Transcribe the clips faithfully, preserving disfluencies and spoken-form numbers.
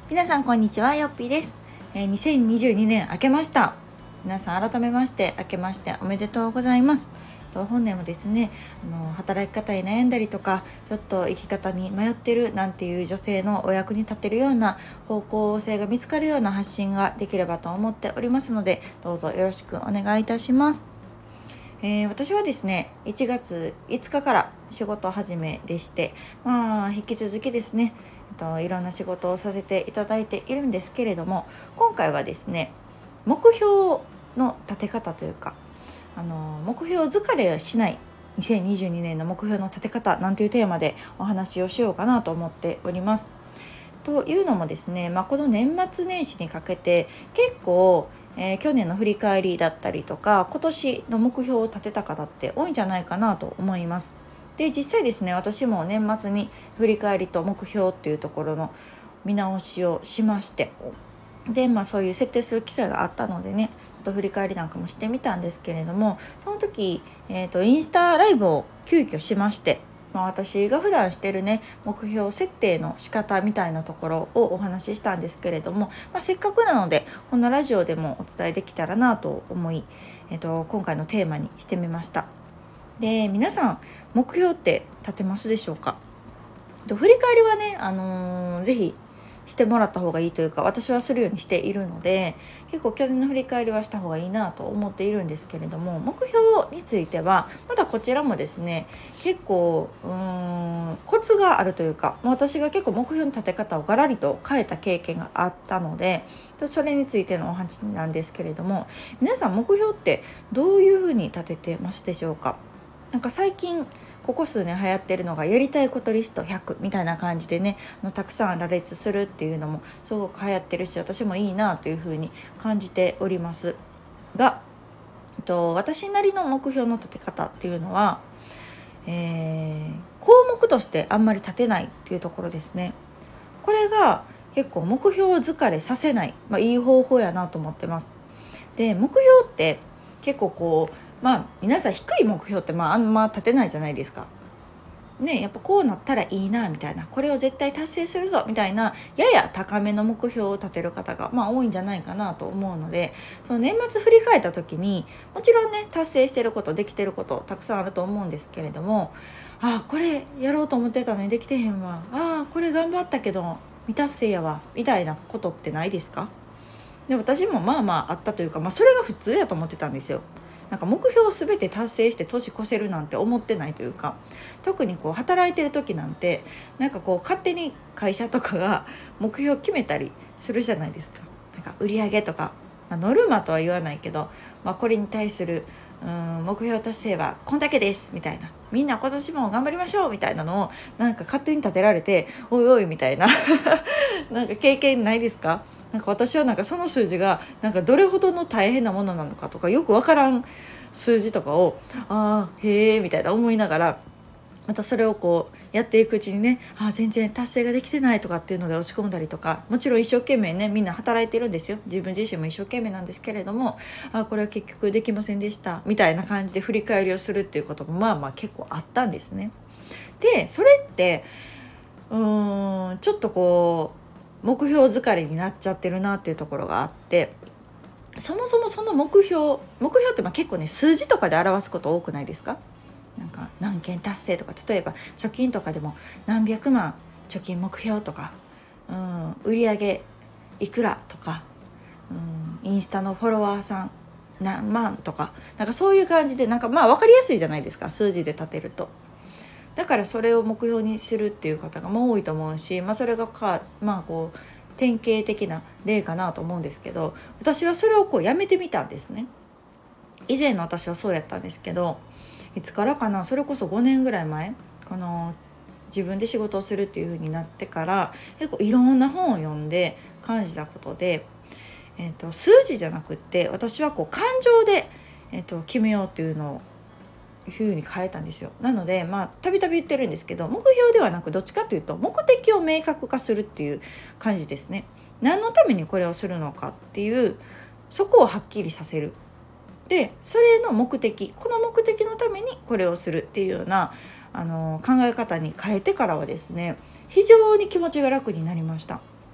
皆さんこんにちは、よっぴーです。えー、にせんにじゅうにねん明けました。皆さん改めまして明けましておめでとうございます。と本年もですね、あの働き方に悩んだりとか、ちょっと生き方に迷ってるなんていう女性のお役に立てるような方向性が見つかるような発信ができればと思っておりますので、どうぞよろしくお願いいたします。えー、私はですねいちがついつかから仕事始めでして、まあ引き続きですね、えっと、いろんな仕事をさせていただいているんですけれども、今回はですね目標の立て方というか、あの目標疲れをしないにせんにじゅうにねんの目標の立て方なんていうテーマでお話をしようかなと思っております。というのもですね、まあ、この年末年始にかけて結構、えー去年の振り返りだったりとか今年の目標を立てた方って多いんじゃないかなと思います。で実際ですね、私も年末に振り返りと目標っていうところの見直しをしまして、で、まあ、そういう設定する機会があったのでね、ちょっと振り返りなんかもしてみたんですけれども、その時、えーと、インスタライブを急遽しまして、まあ、私が普段してるね目標設定の仕方みたいなところをお話ししたんですけれども、まあ、せっかくなのでこのラジオでもお伝えできたらなと思い、えーと、今回のテーマにしてみました。で、皆さん目標って立てますでしょうか？と振り返りはね、あのーぜひしてもらった方がいいというか、私はするようにしているので、結構去年の振り返りはした方がいいなと思っているんですけれども、目標についてはまだこちらもですね、結構うーんコツがあるというか、私が結構目標の立て方をガラリと変えた経験があったので、それについてのお話なんですけれども、皆さん目標ってどういうふうに立ててますでしょうか？なんか最近ここ数年流行ってるのがやりたいことリストひゃくみたいな感じでね、のたくさん羅列するっていうのもすごく流行ってるし、私もいいなというふうに感じておりますが、と私なりの目標の立て方っていうのは、えー、項目としてあんまり立てないっていうところですね。これが結構目標疲れさせない、まあ、いい方法やなと思ってます。で、目標って結構こうまあ皆さん低い目標ってまああんま立てないじゃないですかね。やっぱこうなったらいいなみたいな、これを絶対達成するぞみたいな、やや高めの目標を立てる方がまあ多いんじゃないかなと思うので、その年末振り返った時にもちろんね達成してることできてることたくさんあると思うんですけれども、ああこれやろうと思ってたのにできてへんわ、ああこれ頑張ったけど未達成やわみたいなことってないですか？で、私もまあまああったというか、まあ、それが普通やと思ってたんですよ。なんか目標を全て達成して年越せるなんて思ってないというか、特にこう働いてる時なんてなんかこう勝手に会社とかが目標を決めたりするじゃないですか。なんか売上とか、まあ、ノルマとは言わないけど、まあ、これに対するうん目標達成はこんだけですみたいな、みんな今年も頑張りましょうみたいなのをなんか勝手に立てられて、おいおいみたいななんか経験ないですか？なんか私はなんかその数字がなんかどれほどの大変なものなのかとかよくわからん数字とかを、ああへえみたいな思いながら、またそれをこうやっていくうちにね、あ全然達成ができてないとかっていうので落ち込んだりとか、もちろん一生懸命ねみんな働いてるんですよ。自分自身も一生懸命なんですけれども、あこれは結局できませんでしたみたいな感じで振り返りをするっていうこともまあまあ結構あったんですね。でそれってうーんちょっとこう目標疲れになっちゃってるなっていうところがあって、そもそもその目標目標ってまあ結構ね数字とかで表すこと多くないですか？なんか何件達成とか、例えば貯金とかでも何百万貯金目標とか、うん、売上いくらとか、うん、インスタのフォロワーさん何万とか、なんかそういう感じでなんかまあ分かりやすいじゃないですか、数字で立てると。だからそれを目標にするっていう方がもう多いと思うし、まあ、それがか、まあ、こう典型的な例かなと思うんですけど、私はそれをこうやめてみたんですね。以前の私はそうやったんですけど、いつからかな、それこそごねんぐらい前、この自分で仕事をするっていう風になってから結構いろんな本を読んで感じたことで、えー、と数字じゃなくって私はこう感情で、えー、と決めようっていうのをふうに変えたんですよ。なのでまあたびたび言ってるんですけど、目標ではなくどっちかというと目的を明確化するっていう感じですね。何のためにこれをするのかっていう、そこをはっきりさせる。でそれの目的、この目的のためにこれをするっていうようなあの考え方に変えてからはですね、非常に気持ちが楽になりました。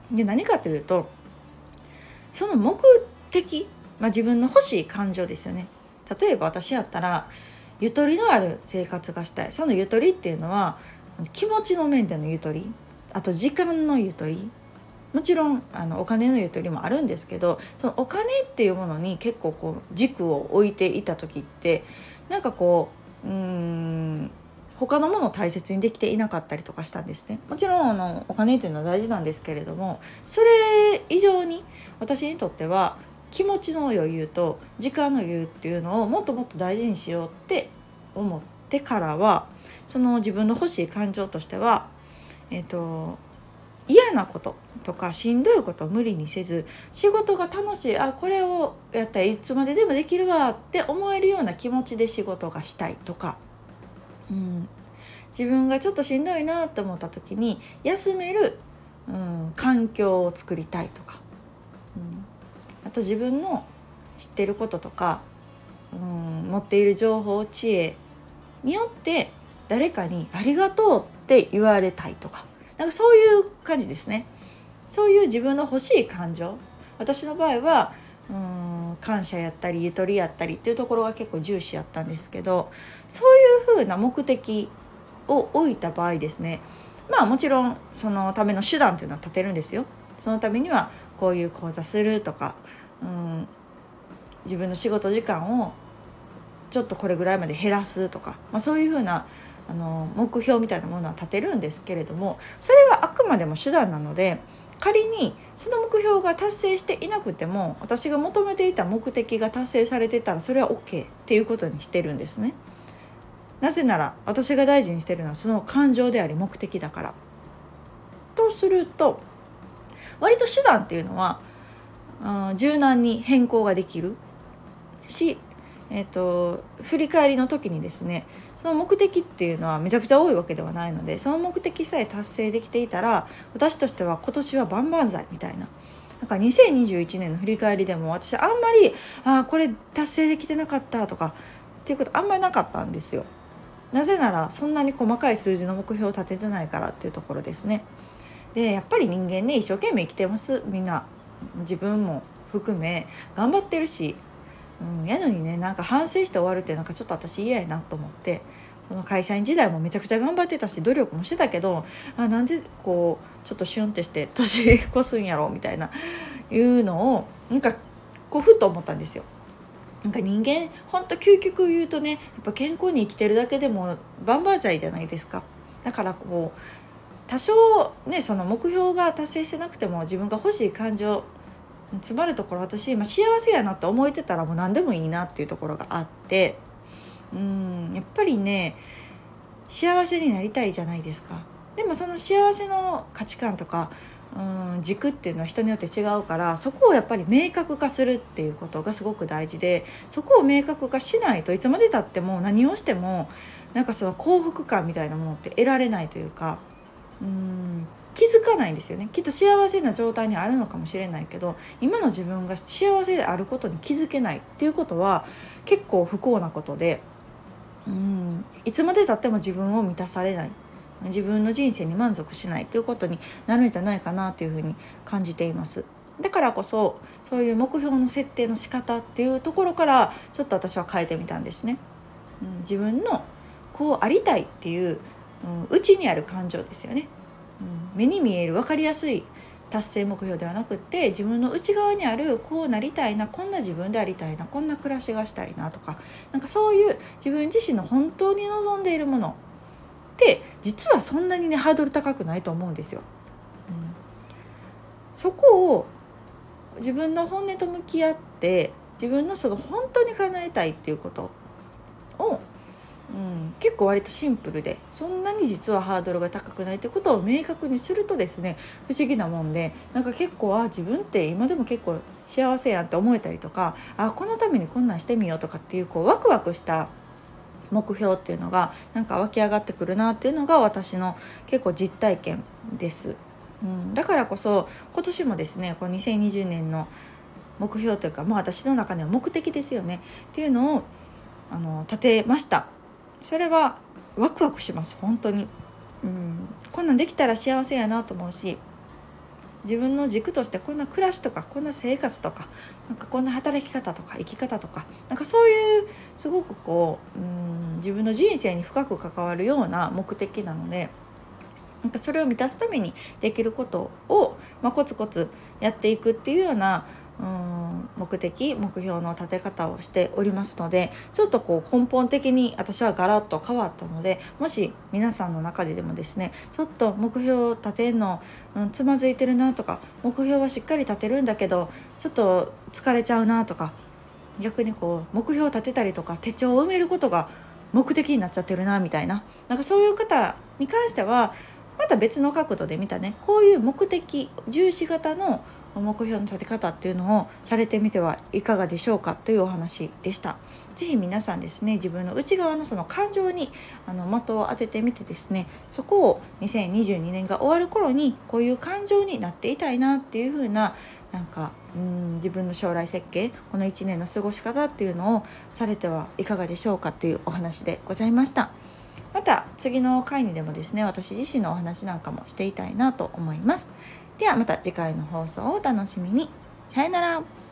で何かというと、その目的、まあ、自分の欲しい感情ですよね。例えば私やったらゆとりのある生活がしたい。そのゆとりっていうのは気持ちの面でのゆとり、あと時間のゆとり、もちろんあのお金のゆとりもあるんですけど、そのお金っていうものに結構こう軸を置いていた時って、なんかこううーん他のものを大切にできていなかったりとかしたんですね。もちろんあのお金っていうのは大事なんですけれども、それ以上に私にとっては気持ちの余裕と時間の余裕っていうのをもっともっと大事にしようって思ってからは、その自分の欲しい感情としては、えっと嫌なこととかしんどいことを無理にせず、仕事が楽しい、あこれをやったらいつまででもできるわって思えるような気持ちで仕事がしたいとか、うん、自分がちょっとしんどいなと思った時に休める、うん、環境を作りたいとか、うん、あと自分の知ってることとか、うん、持っている情報知恵によって誰かにありがとうって言われたいとか、なんかそういう感じですね。そういう自分の欲しい感情、私の場合はうーん感謝やったりゆとりやったりっていうところが結構重視やったんですけど、そういう風な目的を置いた場合ですね、まあもちろんそのための手段っていうのは立てるんですよ。そのためにはこういう講座するとか、うん自分の仕事時間をちょっとこれぐらいまで減らすとか、まあ、そういう風なあの目標みたいなものは立てるんですけれども、それはあくまでも手段なので、仮にその目標が達成していなくても私が求めていた目的が達成されてたらそれは OK っていうことにしてるんですね。なぜなら私が大事にしてるのはその感情であり目的だから。とすると割と手段っていうのは、うん、柔軟に変更ができるし、えーと、振り返りの時にですね、その目的っていうのはめちゃくちゃ多いわけではないので、その目的さえ達成できていたら私としては今年は万々歳みたいな。なんかにせんにじゅういちねんの振り返りでも私あんまりあこれ達成できてなかったとかっていうことあんまりなかったんですよ。なぜならそんなに細かい数字の目標を立ててないからっていうところですね。でやっぱり人間ね、一生懸命生きてます。みんな自分も含め頑張ってるし、うん、やのにね、なんか反省して終わるってなんかちょっと私嫌やなと思って、その会社員時代もめちゃくちゃ頑張ってたし努力もしてたけど、あなんでこうちょっとシュンってして年越すんやろみたいないうのをなんかこうふと思ったんですよ。なんか人間ほんと究極言うとね、やっぱ健康に生きてるだけでも万々歳じゃないですか。だからこう多少ね、その目標が達成してなくても自分が欲しい感情、つまるところ私今幸せやなと思えてたらもう何でもいいなっていうところがあって、うーんやっぱりね幸せになりたいじゃないですか。でもその幸せの価値観とかうーん軸っていうのは人によって違うから、そこをやっぱり明確化するっていうことがすごく大事で、そこを明確化しないといつまでたっても何をしてもなんかその幸福感みたいなものって得られないというか、うーん気づかないんですよね。きっと幸せな状態にあるのかもしれないけど、今の自分が幸せであることに気づけないっていうことは結構不幸なことで、うーんいつまでたっても自分を満たされない、自分の人生に満足しないということになるんじゃないかなというふうに感じています。だからこそそういう目標の設定の仕方っていうところからちょっと私は変えてみたんですね。うん、自分のこうありたいっていう、うん、内にある感情ですよね。うん、目に見える分かりやすい達成目標ではなくって、自分の内側にあるこうなりたいな、こんな自分でありたいな、こんな暮らしがしたいなとか、なんかそういう自分自身の本当に望んでいるものって実はそんなにねハードル高くないと思うんですよ。うん、そこを自分の本音と向き合って自分のその本当に叶えたいっていうことをうん、結構割とシンプルでそんなに実はハードルが高くないということを明確にするとですね、不思議なもんで、なんか結構あ自分って今でも結構幸せやんって思えたりとか、あこのためにこんなんしてみようとかっていうこうワクワクした目標っていうのがなんか湧き上がってくるなっていうのが私の結構実体験です。うん、だからこそ今年もですね、こうにせんにじゅうねんの目標というか、まあ、私の中では目的ですよねっていうのをあの立てました。それはワクワクします本当に。うん、こんなんできたら幸せやなと思うし、 自分の軸としてこんな暮らしとかこんな生活とかなんかこんな働き方とか生き方とかなんかそういうすごくこう、うーん自分の人生に深く関わるような目的なので、なんかそれを満たすためにできることを、まあ、コツコツやっていくっていうようなうーん目的目標の立て方をしておりますので、ちょっとこう根本的に私はガラッと変わったので、もし皆さんの中ででもですねちょっと目標を立てるの、うん、つまずいてるなとか、目標はしっかり立てるんだけどちょっと疲れちゃうなとか、逆にこう目標を立てたりとか手帳を埋めることが目的になっちゃってるなみたいな、なんかそういう方に関してはまた別の角度で見たね、こういう目的重視型の目標の立て方っていうのをされてみてはいかがでしょうかというお話でした。ぜひ皆さんですね、自分の内側のその感情にあの的を当ててみてですね、そこをにせんにじゅうにねんが終わる頃にこういう感情になっていたいなっていう風な、なんかうん自分の将来設計、このいちねんの過ごし方っていうのをされてはいかがでしょうかというお話でございました。また次の回にでもですね、私自身のお話なんかもしていたいなと思います。ではまた次回の放送をお楽しみに。さよなら。